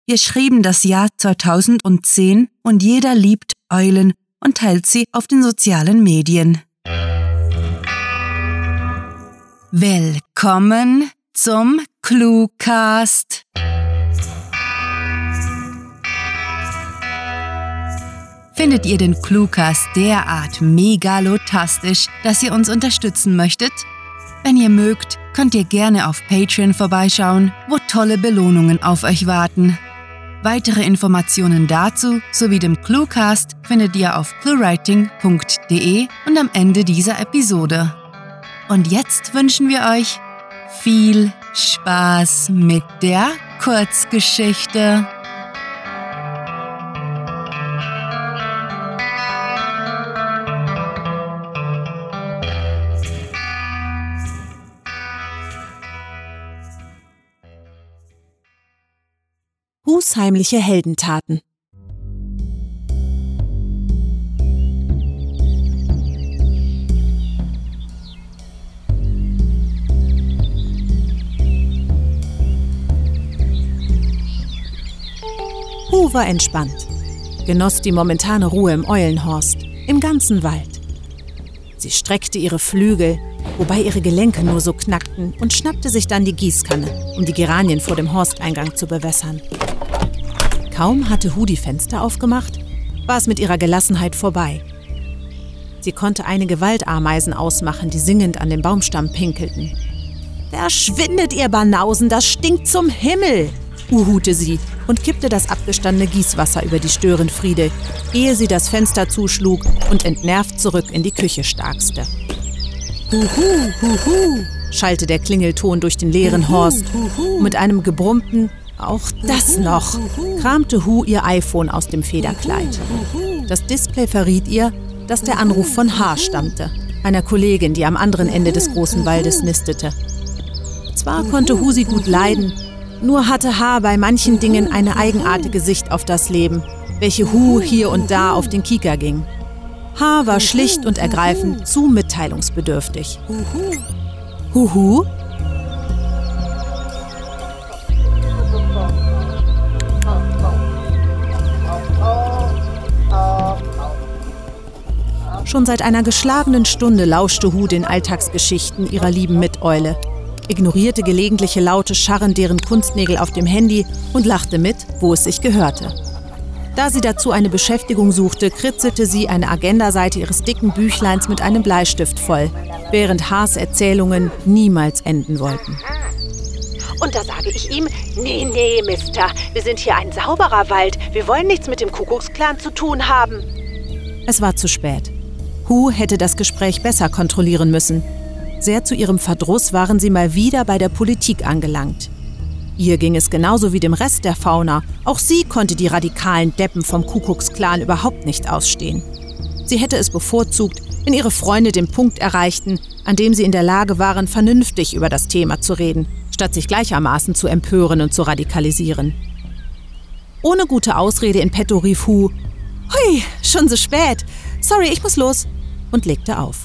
Wir schrieben das Jahr 2010 und jeder liebt Eulen und teilt sie auf den sozialen Medien. Willkommen zum Cluecast. Findet ihr den Cluecast derart megalotastisch, dass ihr uns unterstützen möchtet? Wenn ihr mögt, könnt ihr gerne auf Patreon vorbeischauen, wo tolle Belohnungen auf euch warten. Weitere Informationen dazu sowie dem Cluecast findet ihr auf cluewriting.de und am Ende dieser Episode. Und jetzt wünschen wir euch viel Spaß mit der Kurzgeschichte. Hus heimliche Heldentaten. Hu war entspannt, genoss die momentane Ruhe im Eulenhorst, im ganzen Wald. Sie streckte ihre Flügel, wobei ihre Gelenke nur so knackten, und schnappte sich dann die Gießkanne, um die Geranien vor dem Horsteingang zu bewässern. Kaum hatte Hu die Fenster aufgemacht, war es mit ihrer Gelassenheit vorbei. Sie konnte einige Waldameisen ausmachen, die singend an dem Baumstamm pinkelten. »Verschwindet, ihr Banausen, das stinkt zum Himmel!« uhute sie und kippte das abgestandene Gießwasser über die Störenfriede, ehe sie das Fenster zuschlug und entnervt zurück in die Küche starkste. »Huhu, huhu«, schallte der Klingelton durch den leeren Horst, und mit einem gebrummten »Auch das noch«, kramte Hu ihr iPhone aus dem Federkleid. Das Display verriet ihr, dass der Anruf von H stammte, einer Kollegin, die am anderen Ende des großen Waldes nistete. Zwar konnte Hu sie gut leiden, nur hatte H bei manchen Dingen eine eigenartige Sicht auf das Leben, welche Hu hier und da auf den Kieker ging. H war schlicht und ergreifend zu mitteilungsbedürftig. Huhu? Schon seit einer geschlagenen Stunde lauschte Hu den Alltagsgeschichten ihrer lieben Miteule, ignorierte gelegentliche laute Scharren deren Kunstnägel auf dem Handy und lachte mit, wo es sich gehörte. Da sie dazu eine Beschäftigung suchte, kritzelte sie eine Agendaseite ihres dicken Büchleins mit einem Bleistift voll, während Hs Erzählungen niemals enden wollten. Und da sage ich ihm, nee, Mister, wir sind hier ein sauberer Wald, wir wollen nichts mit dem Kuckucksklan zu tun haben. Es war zu spät. Hu hätte das Gespräch besser kontrollieren müssen. Sehr zu ihrem Verdruss waren sie mal wieder bei der Politik angelangt. Ihr ging es genauso wie dem Rest der Fauna. Auch sie konnte die radikalen Deppen vom Kuckucksklan überhaupt nicht ausstehen. Sie hätte es bevorzugt, wenn ihre Freunde den Punkt erreichten, an dem sie in der Lage waren, vernünftig über das Thema zu reden, statt sich gleichermaßen zu empören und zu radikalisieren. Ohne gute Ausrede in petto rief Hu: »Hui, schon so spät. Sorry, ich muss los«, und legte auf.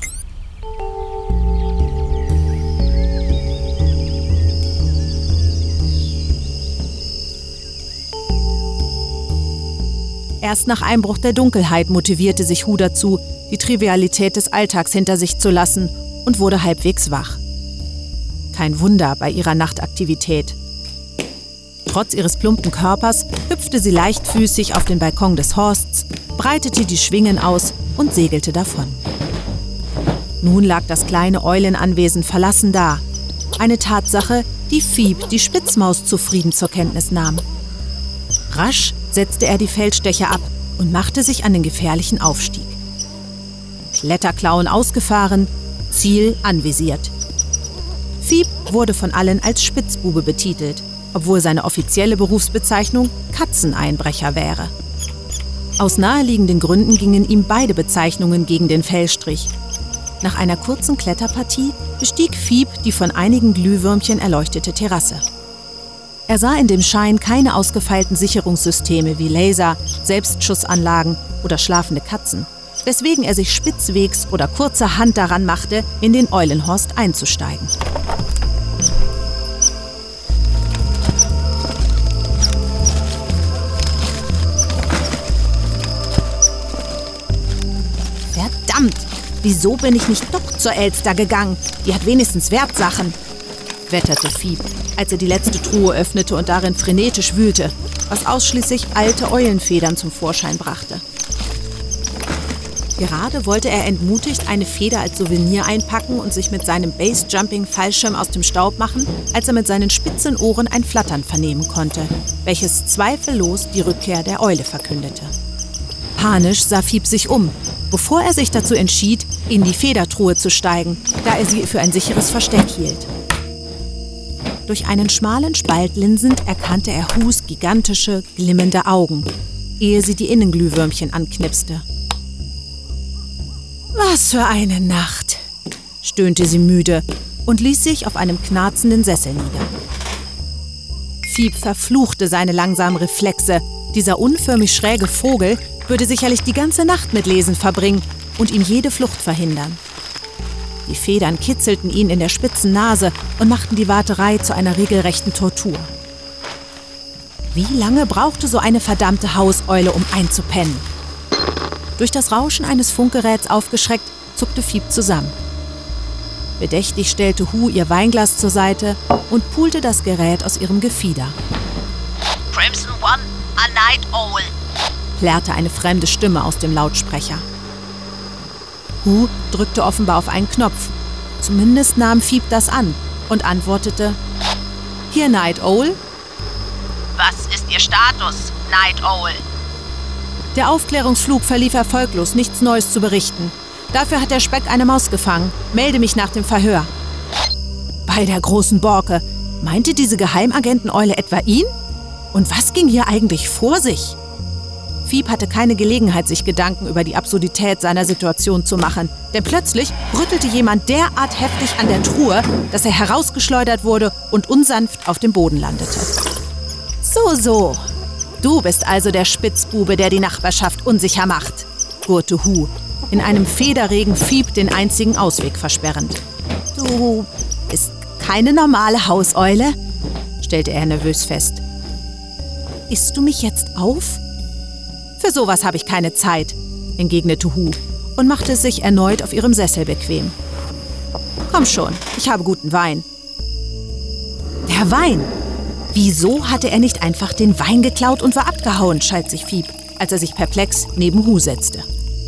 Erst nach Einbruch der Dunkelheit motivierte sich Hu dazu, die Trivialität des Alltags hinter sich zu lassen, und wurde halbwegs wach. Kein Wunder bei ihrer Nachtaktivität. Trotz ihres plumpen Körpers hüpfte sie leichtfüßig auf den Balkon des Horsts, breitete die Schwingen aus und segelte davon. Nun lag das kleine Eulenanwesen verlassen da. Eine Tatsache, die Fieb, die Spitzmaus, zufrieden zur Kenntnis nahm. Rasch setzte er die Feldstecher ab und machte sich an den gefährlichen Aufstieg. Kletterklauen ausgefahren, Ziel anvisiert. Fieb wurde von allen als Spitzbube betitelt, obwohl seine offizielle Berufsbezeichnung Katzeneinbrecher wäre. Aus naheliegenden Gründen gingen ihm beide Bezeichnungen gegen den Fellstrich. Nach einer kurzen Kletterpartie bestieg Fieb die von einigen Glühwürmchen erleuchtete Terrasse. Er sah in dem Schein keine ausgefeilten Sicherungssysteme wie Laser, Selbstschussanlagen oder schlafende Katzen, weswegen er sich spitzwegs oder kurzerhand daran machte, in den Eulenhorst einzusteigen. Wieso bin ich nicht doch zur Elster gegangen? Die hat wenigstens Wertsachen, wetterte Fieb, als er die letzte Truhe öffnete und darin frenetisch wühlte, was ausschließlich alte Eulenfedern zum Vorschein brachte. Gerade wollte er entmutigt eine Feder als Souvenir einpacken und sich mit seinem Base-Jumping-Fallschirm aus dem Staub machen, als er mit seinen spitzen Ohren ein Flattern vernehmen konnte, welches zweifellos die Rückkehr der Eule verkündete. Panisch sah Fieb sich um, bevor er sich dazu entschied, in die Federtruhe zu steigen, da er sie für ein sicheres Versteck hielt. Durch einen schmalen Spalt linsend erkannte er Hus gigantische, glimmende Augen, ehe sie die Innenglühwürmchen anknipste. »Was für eine Nacht«, stöhnte sie müde und ließ sich auf einem knarzenden Sessel nieder. Fieb verfluchte seine langsamen Reflexe. Dieser unförmig schräge Vogel würde sicherlich die ganze Nacht mit Lesen verbringen und ihm jede Flucht verhindern. Die Federn kitzelten ihn in der spitzen Nase und machten die Warterei zu einer regelrechten Tortur. Wie lange brauchte so eine verdammte Hauseule, um einzupennen? Durch das Rauschen eines Funkgeräts aufgeschreckt, zuckte Fieb zusammen. Bedächtig stellte Hu ihr Weinglas zur Seite und pulte das Gerät aus ihrem Gefieder. Crimson One, a Night Owl, plärrte eine fremde Stimme aus dem Lautsprecher. Hu drückte offenbar auf einen Knopf. Zumindest nahm Fieb das an und antwortete: »Hier, Night Owl?« Was ist Ihr Status, Night Owl? Der Aufklärungsflug verlief erfolglos, nichts Neues zu berichten. Dafür hat der Speck eine Maus gefangen. Melde mich nach dem Verhör. Bei der großen Borke. Meinte diese Geheimagenteneule etwa ihn? Und was ging hier eigentlich vor sich? Fieb hatte keine Gelegenheit, sich Gedanken über die Absurdität seiner Situation zu machen. Denn plötzlich rüttelte jemand derart heftig an der Truhe, dass er herausgeschleudert wurde und unsanft auf dem Boden landete. So. Du bist also der Spitzbube, der die Nachbarschaft unsicher macht, gurrte Hu, in einem Federregen Fieb den einzigen Ausweg versperrend. Du bist keine normale Hauseule, stellte er nervös fest. Isst du mich jetzt auf? Für sowas habe ich keine Zeit, entgegnete Hu und machte es sich erneut auf ihrem Sessel bequem. Komm schon, ich habe guten Wein. Der Wein? Wieso hatte er nicht einfach den Wein geklaut und war abgehauen, schalt sich Fieb, als er sich perplex neben Hu setzte.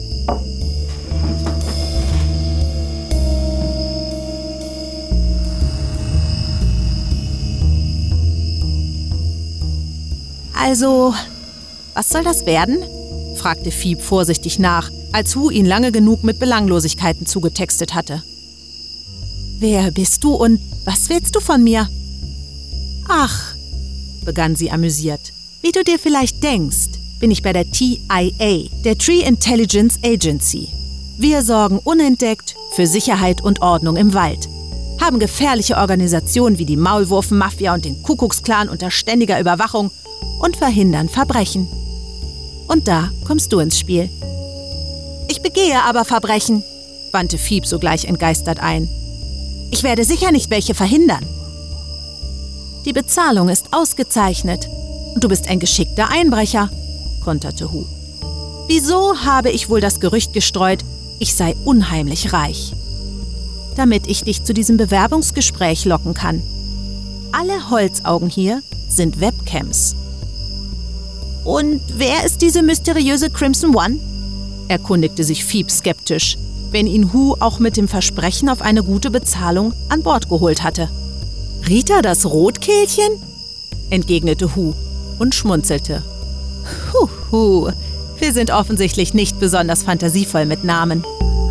Also, was soll das werden? Fragte Fieb vorsichtig nach, als Hu ihn lange genug mit Belanglosigkeiten zugetextet hatte. Wer bist du und was willst du von mir? Ach, begann sie amüsiert. Wie du dir vielleicht denkst, bin ich bei der TIA, der Tree Intelligence Agency. Wir sorgen unentdeckt für Sicherheit und Ordnung im Wald, haben gefährliche Organisationen wie die Maulwurf-Mafia und den Kuckucksklan unter ständiger Überwachung und verhindern Verbrechen. Und da kommst du ins Spiel. Ich begehe aber Verbrechen, wandte Fieb sogleich entgeistert ein. Ich werde sicher nicht welche verhindern. Die Bezahlung ist ausgezeichnet. Du bist ein geschickter Einbrecher, konterte Hu. Wieso habe ich wohl das Gerücht gestreut, ich sei unheimlich reich? Damit ich dich zu diesem Bewerbungsgespräch locken kann. Alle Holzaugen hier sind Webcams. Und wer ist diese mysteriöse Crimson One? Erkundigte sich Fieb skeptisch, wenn ihn Hu auch mit dem Versprechen auf eine gute Bezahlung an Bord geholt hatte. »Rita das Rotkehlchen?« entgegnete Hu und schmunzelte. »Huhu, wir sind offensichtlich nicht besonders fantasievoll mit Namen.«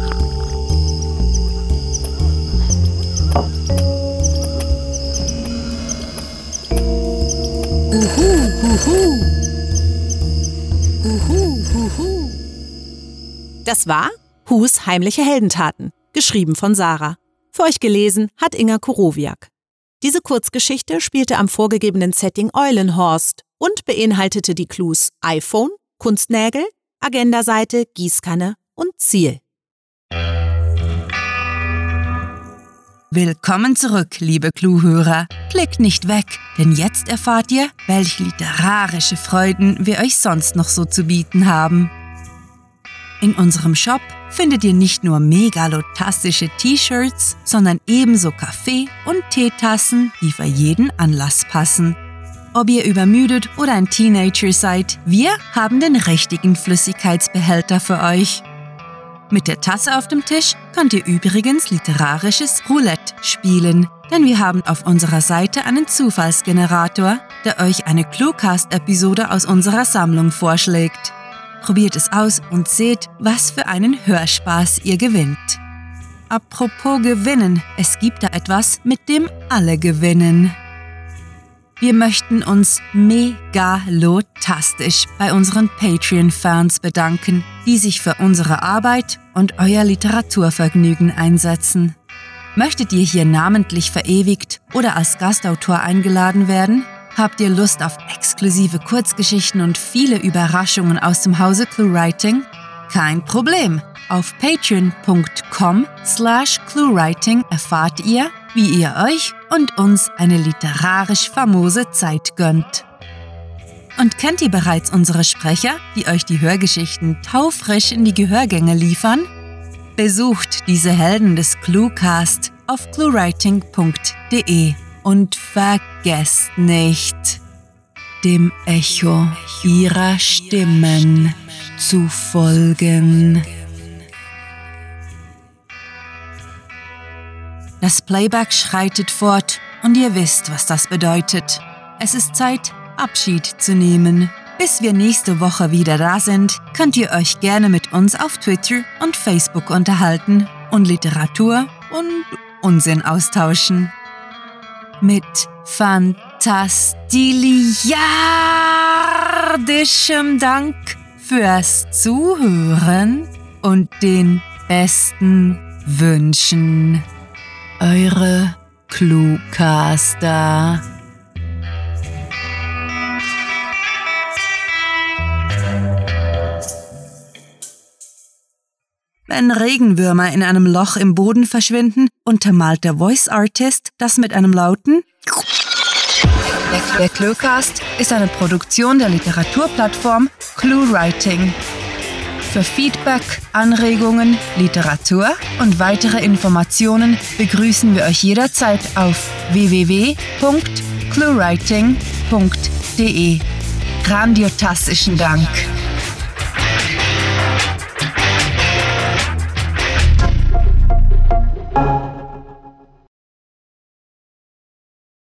Das war Hus heimliche Heldentaten, geschrieben von Sarah. Für euch gelesen hat Inga Kurowiak. Diese Kurzgeschichte spielte am vorgegebenen Setting Eulenhorst und beinhaltete die Clues iPhone, Kunstnägel, Agendaseite, Gießkanne und Ziel. Willkommen zurück, liebe Clue-Hörer. Klickt nicht weg, denn jetzt erfahrt ihr, welche literarische Freuden wir euch sonst noch so zu bieten haben. In unserem Shop findet ihr nicht nur megalotastische T-Shirts, sondern ebenso Kaffee- und Teetassen, die für jeden Anlass passen. Ob ihr übermüdet oder ein Teenager seid, wir haben den richtigen Flüssigkeitsbehälter für euch. Mit der Tasse auf dem Tisch könnt ihr übrigens literarisches Roulette spielen, denn wir haben auf unserer Seite einen Zufallsgenerator, der euch eine Cluecast-Episode aus unserer Sammlung vorschlägt. Probiert es aus und seht, was für einen Hörspaß ihr gewinnt. Apropos gewinnen, es gibt da etwas, mit dem alle gewinnen. Wir möchten uns megalotastisch bei unseren Patreon-Fans bedanken, die sich für unsere Arbeit und euer Literaturvergnügen einsetzen. Möchtet ihr hier namentlich verewigt oder als Gastautor eingeladen werden? Habt ihr Lust auf exklusive Kurzgeschichten und viele Überraschungen aus dem Hause ClueWriting? Kein Problem! Auf patreon.com/ClueWriting erfahrt ihr, wie ihr euch und uns eine literarisch famose Zeit gönnt. Und kennt ihr bereits unsere Sprecher, die euch die Hörgeschichten taufrisch in die Gehörgänge liefern? Besucht diese Helden des Cluecast auf cluewriting.de und vergesst nicht, dem Echo ihrer Stimmen zu folgen. Das Playback schreitet fort und ihr wisst, was das bedeutet. Es ist Zeit, Abschied zu nehmen. Bis wir nächste Woche wieder da sind, könnt ihr euch gerne mit uns auf Twitter und Facebook unterhalten und Literatur und Unsinn austauschen. Mit fantastiliardischem Dank fürs Zuhören und den besten Wünschen. Eure Cluecaster. Wenn Regenwürmer in einem Loch im Boden verschwinden, untermalt der Voice Artist das mit einem lauten. Der Cluecast ist eine Produktion der Literaturplattform ClueWriting. Für Feedback, Anregungen, Literatur und weitere Informationen begrüßen wir euch jederzeit auf www.cluewriting.de. Grandiotastischen Dank!